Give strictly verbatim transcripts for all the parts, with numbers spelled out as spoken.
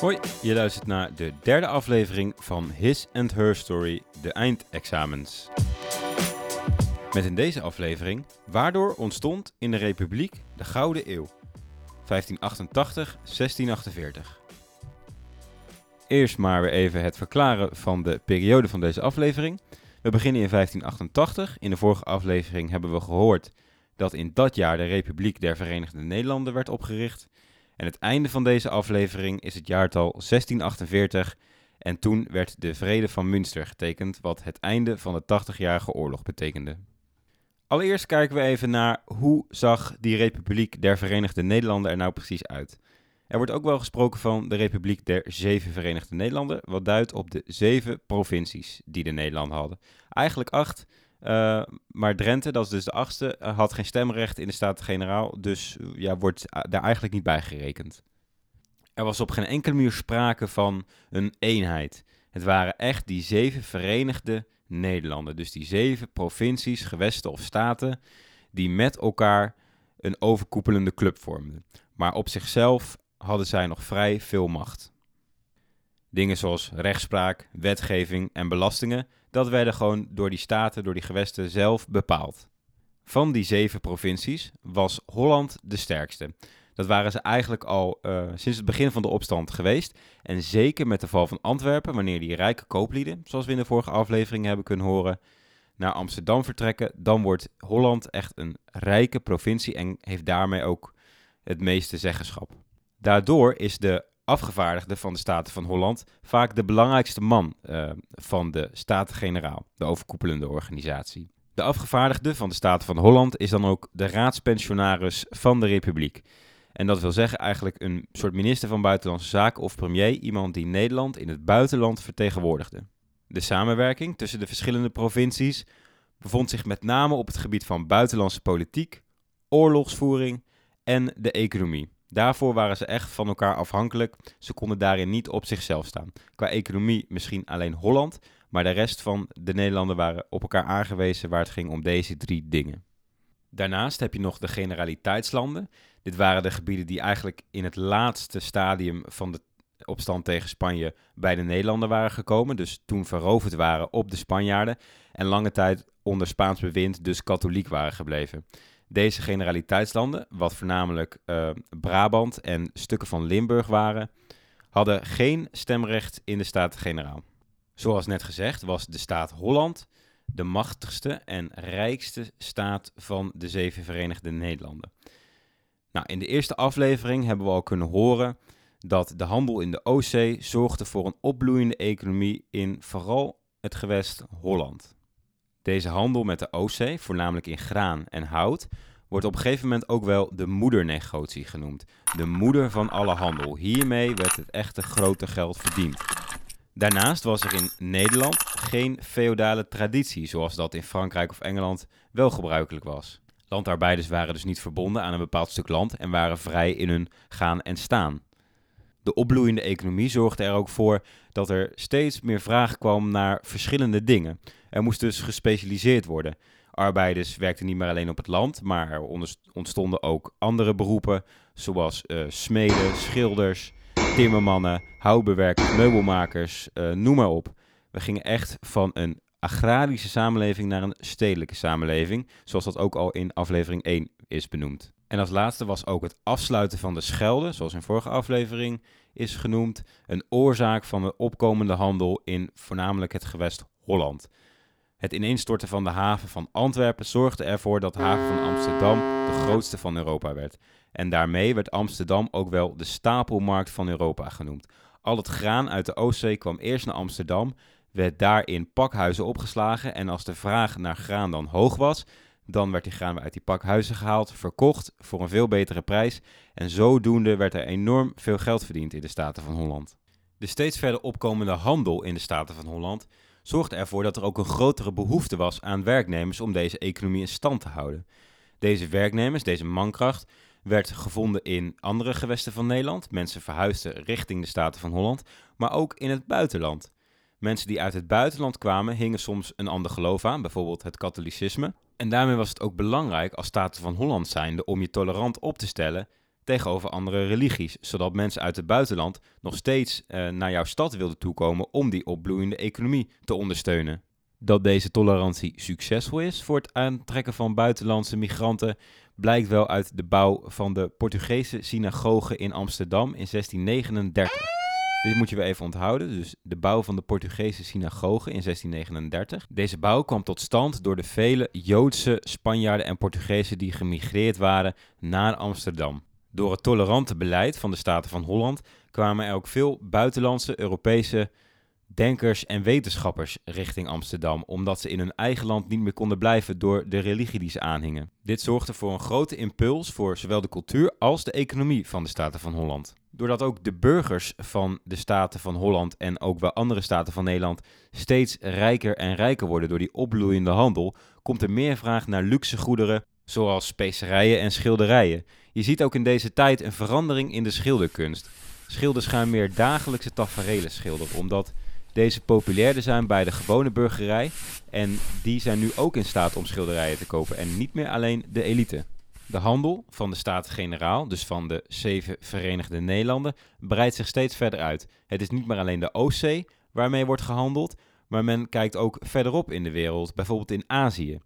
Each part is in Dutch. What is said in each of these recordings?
Hoi, je luistert naar de derde aflevering van His and Her Story, de eindexamens. Met in deze aflevering, waardoor ontstond in de Republiek de Gouden Eeuw, vijftien achtentachtig tot zestien achtenveertig. Eerst maar weer even het verklaren van de periode van deze aflevering. We beginnen in vijftien achtentachtig. In de vorige aflevering hebben we gehoord dat in dat jaar de Republiek der Verenigde Nederlanden werd opgericht. En het einde van deze aflevering is het jaartal zestien achtenveertig en toen werd de Vrede van Münster getekend, wat het einde van de tachtigjarige oorlog betekende. Allereerst kijken we even naar hoe zag die Republiek der Verenigde Nederlanden er nou precies uit. Er wordt ook wel gesproken van de Republiek der Zeven Verenigde Nederlanden, wat duidt op de zeven provincies die de Nederlanden hadden. Eigenlijk acht, uh, maar Drenthe, dat is dus de achtste, uh, had geen stemrecht in de Staten-Generaal, dus uh, ja, wordt uh, daar eigenlijk niet bij gerekend. Er was op geen enkele manier sprake van een eenheid. Het waren echt die zeven verenigde Nederlanden, dus die zeven provincies, gewesten of staten, die met elkaar een overkoepelende club vormden. Maar op zichzelf hadden zij nog vrij veel macht. Dingen zoals rechtspraak, wetgeving en belastingen, dat werden gewoon door die staten, door die gewesten zelf bepaald. Van die zeven provincies was Holland de sterkste. Dat waren ze eigenlijk al uh, sinds het begin van de opstand geweest. En zeker met de val van Antwerpen, wanneer die rijke kooplieden, zoals we in de vorige aflevering hebben kunnen horen, naar Amsterdam vertrekken, dan wordt Holland echt een rijke provincie en heeft daarmee ook het meeste zeggenschap. Daardoor is de afgevaardigde van de Staten van Holland vaak de belangrijkste man uh, van de Staten-Generaal, de overkoepelende organisatie. De afgevaardigde van de Staten van Holland is dan ook de raadspensionaris van de Republiek. En dat wil zeggen eigenlijk een soort minister van Buitenlandse Zaken of premier, iemand die Nederland in het buitenland vertegenwoordigde. De samenwerking tussen de verschillende provincies bevond zich met name op het gebied van buitenlandse politiek, oorlogsvoering en de economie. Daarvoor waren ze echt van elkaar afhankelijk. Ze konden daarin niet op zichzelf staan. Qua economie misschien alleen Holland, maar de rest van de Nederlanden waren op elkaar aangewezen waar het ging om deze drie dingen. Daarnaast heb je nog de generaliteitslanden. Dit waren de gebieden die eigenlijk in het laatste stadium van de opstand tegen Spanje bij de Nederlanden waren gekomen. Dus toen veroverd waren op de Spanjaarden en lange tijd onder Spaans bewind dus katholiek waren gebleven. Deze generaliteitslanden, wat voornamelijk uh, Brabant en stukken van Limburg waren, hadden geen stemrecht in de Staten-Generaal. Zoals net gezegd was de staat Holland de machtigste en rijkste staat van de zeven Verenigde Nederlanden. Nou, in de eerste aflevering hebben we al kunnen horen dat de handel in de Oostzee zorgde voor een opbloeiende economie in vooral het gewest Holland. Deze handel met de Oostzee, voornamelijk in graan en hout, wordt op een gegeven moment ook wel de moedernegotie genoemd. De moeder van alle handel. Hiermee werd het echte grote geld verdiend. Daarnaast was er in Nederland geen feodale traditie, zoals dat in Frankrijk of Engeland wel gebruikelijk was. Landarbeiders waren dus niet verbonden aan een bepaald stuk land en waren vrij in hun gaan en staan. De opbloeiende economie zorgde er ook voor dat er steeds meer vraag kwam naar verschillende dingen. Er moest dus gespecialiseerd worden. Arbeiders werkten niet meer alleen op het land, maar er ontstonden ook andere beroepen, zoals uh, smeden, schilders, timmermannen, houtbewerkers, meubelmakers, uh, noem maar op. We gingen echt van een agrarische samenleving naar een stedelijke samenleving, zoals dat ook al in aflevering één is benoemd. En als laatste was ook het afsluiten van de Schelde, zoals in vorige aflevering is genoemd, een oorzaak van de opkomende handel in voornamelijk het gewest Holland. Het ineenstorten van de haven van Antwerpen zorgde ervoor dat de haven van Amsterdam de grootste van Europa werd. En daarmee werd Amsterdam ook wel de stapelmarkt van Europa genoemd. Al het graan uit de Oostzee kwam eerst naar Amsterdam, werd daar in pakhuizen opgeslagen en als de vraag naar graan dan hoog was, dan werd die graan weer uit die pakhuizen gehaald, verkocht voor een veel betere prijs en zodoende werd er enorm veel geld verdiend in de Staten van Holland. De steeds verder opkomende handel in de Staten van Holland zorgde ervoor dat er ook een grotere behoefte was aan werknemers om deze economie in stand te houden. Deze werknemers, deze mankracht, werd gevonden in andere gewesten van Nederland. Mensen verhuisden richting de Staten van Holland, maar ook in het buitenland. Mensen die uit het buitenland kwamen hingen soms een ander geloof aan, bijvoorbeeld het katholicisme. En daarmee was het ook belangrijk als Staten van Holland zijnde om je tolerant op te stellen tegenover andere religies, zodat mensen uit het buitenland nog steeds uh, naar jouw stad wilden toekomen om die opbloeiende economie te ondersteunen. Dat deze tolerantie succesvol is voor het aantrekken van buitenlandse migranten blijkt wel uit de bouw van de Portugese synagoge in Amsterdam in zestien negenendertig. Dit moet je wel even onthouden, dus de bouw van de Portugese synagoge in zestien negenendertig. Deze bouw kwam tot stand door de vele Joodse, Spanjaarden en Portugezen die gemigreerd waren naar Amsterdam. Door het tolerante beleid van de Staten van Holland kwamen er ook veel buitenlandse Europese denkers en wetenschappers richting Amsterdam, omdat ze in hun eigen land niet meer konden blijven door de religie die ze aanhingen. Dit zorgde voor een grote impuls voor zowel de cultuur als de economie van de Staten van Holland. Doordat ook de burgers van de Staten van Holland en ook wel andere staten van Nederland steeds rijker en rijker worden door die opbloeiende handel, komt er meer vraag naar luxe goederen, zoals specerijen en schilderijen. Je ziet ook in deze tijd een verandering in de schilderkunst. Schilders gaan meer dagelijkse taferelen schilderen, omdat deze populairder zijn bij de gewone burgerij en die zijn nu ook in staat om schilderijen te kopen en niet meer alleen de elite. De handel van de Staten-Generaal, dus van de zeven Verenigde Nederlanden, breidt zich steeds verder uit. Het is niet meer alleen de Oostzee waarmee wordt gehandeld, maar men kijkt ook verderop in de wereld, bijvoorbeeld in Azië.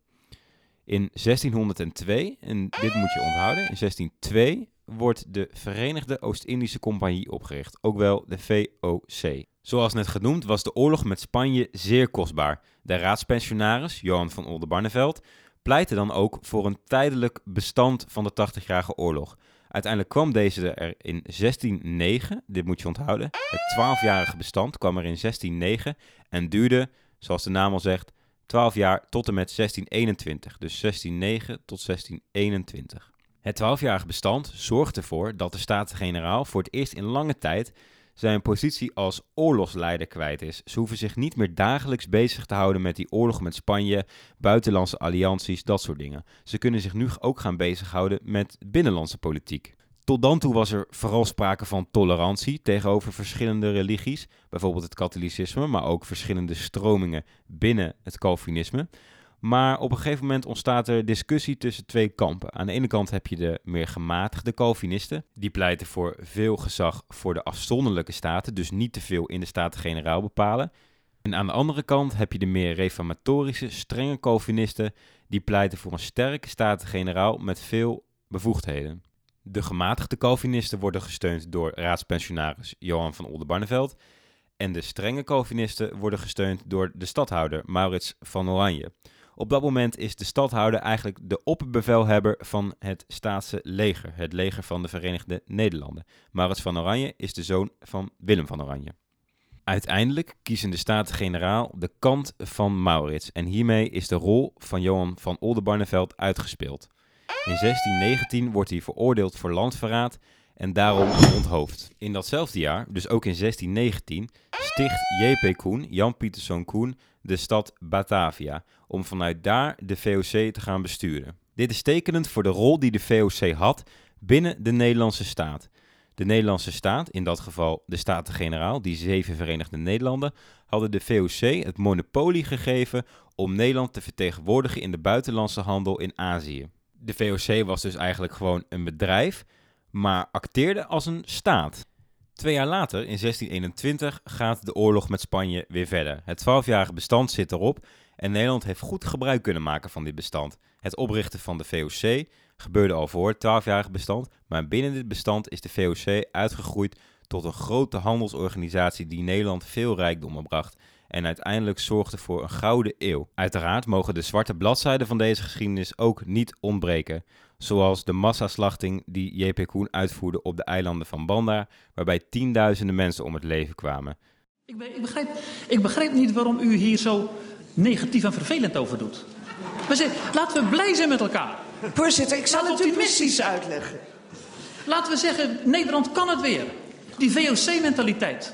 In zestienhonderdtwee, en dit moet je onthouden, in zestienhonderdtwee wordt de Verenigde Oost-Indische Compagnie opgericht, ook wel de V O C. Zoals net genoemd was de oorlog met Spanje zeer kostbaar. De raadspensionaris, Johan van Oldenbarnevelt, pleitte dan ook voor een tijdelijk bestand van de tachtigjarige oorlog. Uiteindelijk kwam deze er in zestienhonderdnegen, dit moet je onthouden. Het twaalfjarige bestand kwam er in zestienhonderdnegen en duurde, zoals de naam al zegt, twaalf jaar tot en met zestienhonderdeenentwintig. Dus zestienhonderdnegen tot zestienhonderdeenentwintig. Het twaalfjarige bestand zorgt ervoor dat de Staten-Generaal voor het eerst in lange tijd zijn positie als oorlogsleider kwijt is. Ze hoeven zich niet meer dagelijks bezig te houden met die oorlog met Spanje, buitenlandse allianties, dat soort dingen. Ze kunnen zich nu ook gaan bezighouden met binnenlandse politiek. Tot dan toe was er vooral sprake van tolerantie tegenover verschillende religies, bijvoorbeeld het katholicisme, maar ook verschillende stromingen binnen het Calvinisme. Maar op een gegeven moment ontstaat er discussie tussen twee kampen. Aan de ene kant heb je de meer gematigde Calvinisten. Die pleiten voor veel gezag voor de afzonderlijke staten, dus niet te veel in de Staten-Generaal bepalen. En aan de andere kant heb je de meer reformatorische, strenge Calvinisten. Die pleiten voor een sterke Staten-Generaal met veel bevoegdheden. De gematigde Calvinisten worden gesteund door raadspensionaris Johan van Oldenbarnevelt. En de strenge Calvinisten worden gesteund door de stadhouder Maurits van Oranje. Op dat moment is de stadhouder eigenlijk de opperbevelhebber van het Staatse leger, het leger van de Verenigde Nederlanden. Maurits van Oranje is de zoon van Willem van Oranje. Uiteindelijk kiezen de Staten-Generaal de kant van Maurits en hiermee is de rol van Johan van Oldenbarnevelt uitgespeeld. In zestiennegentien wordt hij veroordeeld voor landverraad en daarom onthoofd. In datzelfde jaar, dus ook in zestiennegentien, sticht J P Koen, Jan Pieterszoon Koen, de stad Batavia, om vanuit daar de V O C te gaan besturen. Dit is tekenend voor de rol die de V O C had binnen de Nederlandse staat. De Nederlandse staat, in dat geval de Staten-Generaal, die zeven Verenigde Nederlanden, hadden de V O C het monopolie gegeven om Nederland te vertegenwoordigen in de buitenlandse handel in Azië. De V O C was dus eigenlijk gewoon een bedrijf, maar acteerde als een staat. Twee jaar later, in zestien eenentwintig, gaat de oorlog met Spanje weer verder. Het twaalfjarige bestand zit erop en Nederland heeft goed gebruik kunnen maken van dit bestand. Het oprichten van de V O C gebeurde al voor het twaalfjarige bestand, maar binnen dit bestand is de V O C uitgegroeid tot een grote handelsorganisatie die Nederland veel rijkdommen bracht en uiteindelijk zorgde voor een gouden eeuw. Uiteraard mogen de zwarte bladzijden van deze geschiedenis ook niet ontbreken, zoals de massaslachting die J P Koen uitvoerde op de eilanden van Banda, waarbij tienduizenden mensen om het leven kwamen. Ik, be- ik, begrijp, ik begrijp niet waarom u hier zo negatief en vervelend over doet. We zeggen, laten we blij zijn met elkaar. Voorzitter, ik zal Laten het we u optimistisch precies zijn. uitleggen. Laten we zeggen, Nederland kan het weer. Die V O C-mentaliteit.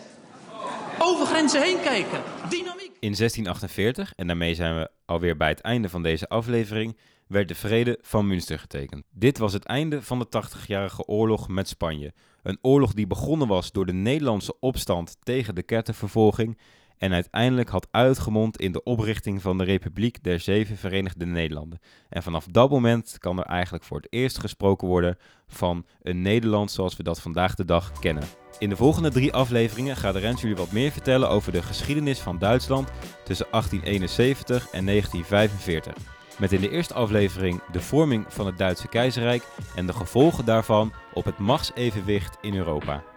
Over grenzen heen kijken. Dynamiek. In zestien achtenveertig, en daarmee zijn we alweer bij het einde van deze aflevering, werd de Vrede van Münster getekend. Dit was het einde van de tachtigjarige oorlog met Spanje. Een oorlog die begonnen was door de Nederlandse opstand tegen de kettervervolging en uiteindelijk had uitgemond in de oprichting van de Republiek der Zeven Verenigde Nederlanden. En vanaf dat moment kan er eigenlijk voor het eerst gesproken worden van een Nederland zoals we dat vandaag de dag kennen. In de volgende drie afleveringen gaat Rens jullie wat meer vertellen over de geschiedenis van Duitsland tussen achttien eenenzeventig en negentien vijfenveertig. Met in de eerste aflevering de vorming van het Duitse keizerrijk en de gevolgen daarvan op het machtsevenwicht in Europa.